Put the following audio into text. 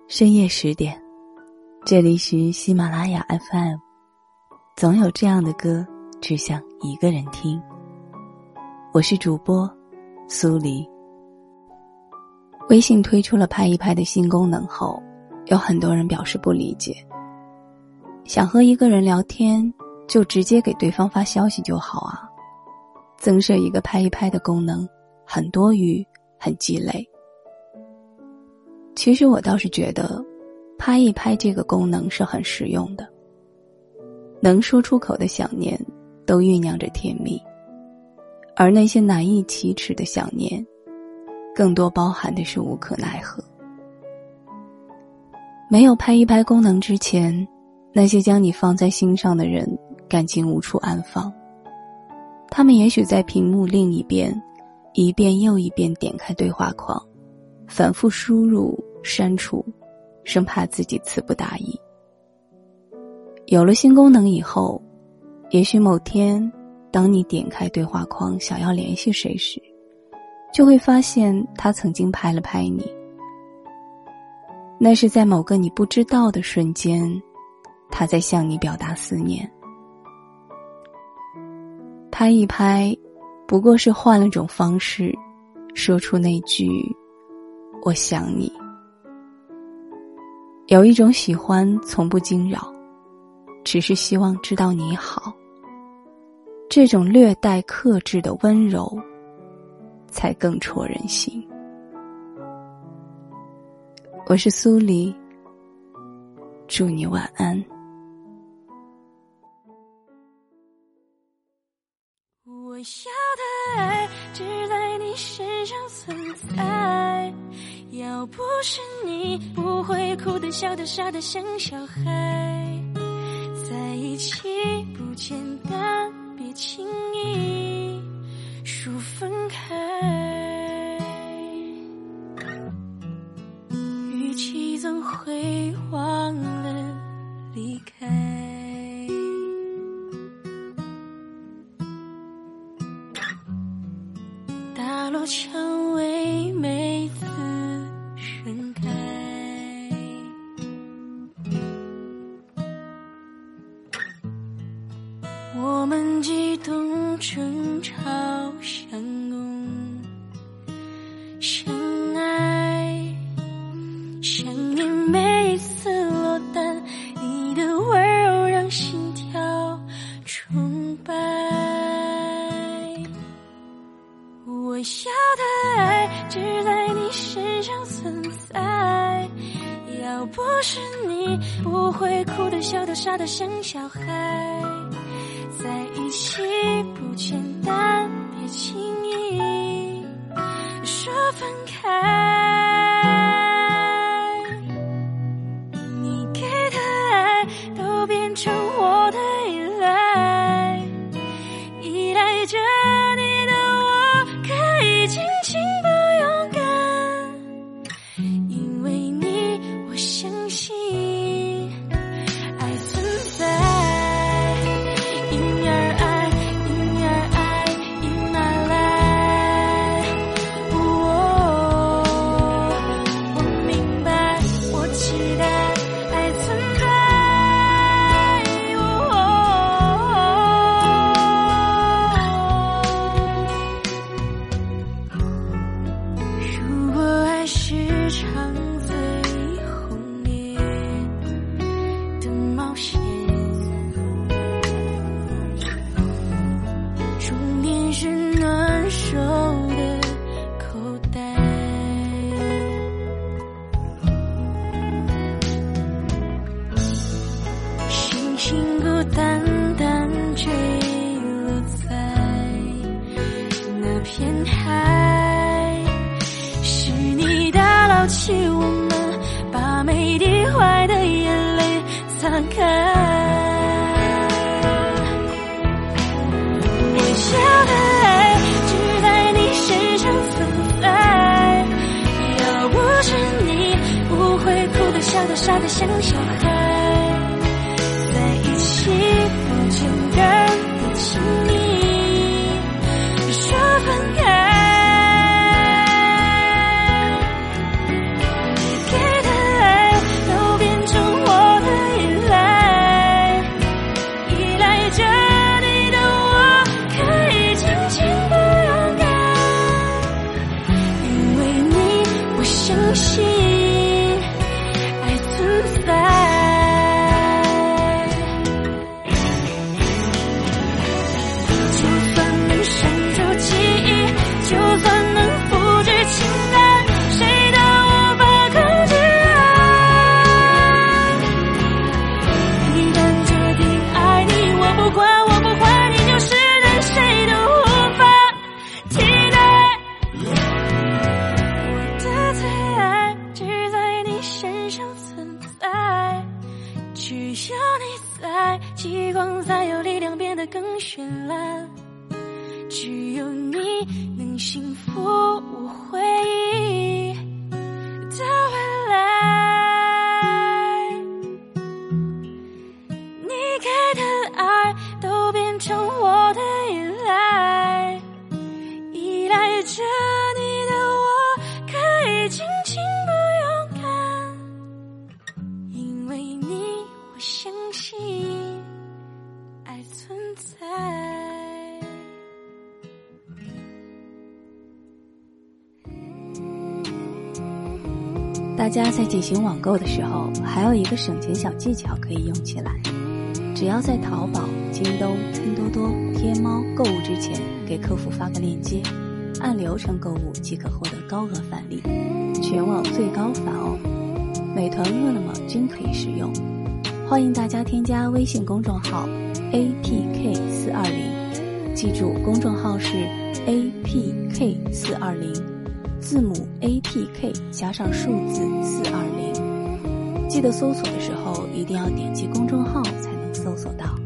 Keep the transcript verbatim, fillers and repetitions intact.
深夜十点，这里是喜马拉雅 F M， 总有这样的歌，只想一个人听。我是主播苏黎。微信推出了拍一拍的新功能后，有很多人表示不理解。想和一个人聊天，就直接给对方发消息就好啊，增设一个拍一拍的功能，很多余，很鸡肋。其实我倒是觉得拍一拍这个功能是很实用的，能说出口的想念都酝酿着甜蜜，而那些难以启齿的想念更多包含的是无可奈何。没有拍一拍功能之前，那些将你放在心上的人感情无处安放，他们也许在屏幕另一边一遍又一遍点开对话框，反复输入删除，生怕自己词不达意。有了新功能以后，也许某天当你点开对话框想要联系谁时，就会发现他曾经拍了拍你。那是在某个你不知道的瞬间，他在向你表达思念。拍一拍不过是换了种方式说出那句我想你。有一种喜欢从不惊扰，只是希望知道你好，这种略带克制的温柔才更戳人心。我是苏黎，祝你晚安。 我要的爱只在你身上存在，要不是你不会哭得笑得傻得像小孩，在一起不简单，别轻易说分开，语气总会忘了离开。大落蔷薇每次盛开，我们激动争吵相拥相爱，想念每一次落单，你的温柔让心跳崇拜。我要的爱只在你身上存在，要不是你不会哭得笑得傻得像小孩，在一起不简单，别轻易说分开，你给的爱都变成我的依赖，依赖着你的我可以尽情不勇敢，因为你我相信爱存在，因而爱，因而爱，因而来。哦，我明白，我期待爱存在。如果爱是场最轰烈的冒险，终点是暖手的口袋，星星孤单单坠落在那片海，是你打捞起我们，把每滴坏的眼泪擦开。我要的爱只在你身上存在，要不是你不会哭得笑得傻得像小孩，在一起不简单，别轻易说分开。你给的爱信爱存在。就算能删除记忆，就算能复制清单，谁都无法控制爱。一旦决定爱你，我不管，我不管，你就是对谁都无法替代。我的最爱只在你身上存在，只要你在，极光才有力量变得更绚烂。只有你能幸福我回忆的未来，你给的爱都变成我的依赖，依赖着你的我可以尽情不勇敢，因为你我相信爱存在。 大家在进行网购的时候，还有一个省钱小技巧可以用起来。只要在淘宝、京东、拼多多、天猫购物之前，给客服发个链接，按流程购物即可获得高额返利，全网最高返哦！美团、饿了么均可以使用。欢迎大家添加微信公众号 A P K 四二零，记住公众号是 A P K 四二零。字母 A P K 加上数字四二零，记得搜索的时候一定要点击公众号才能搜索到。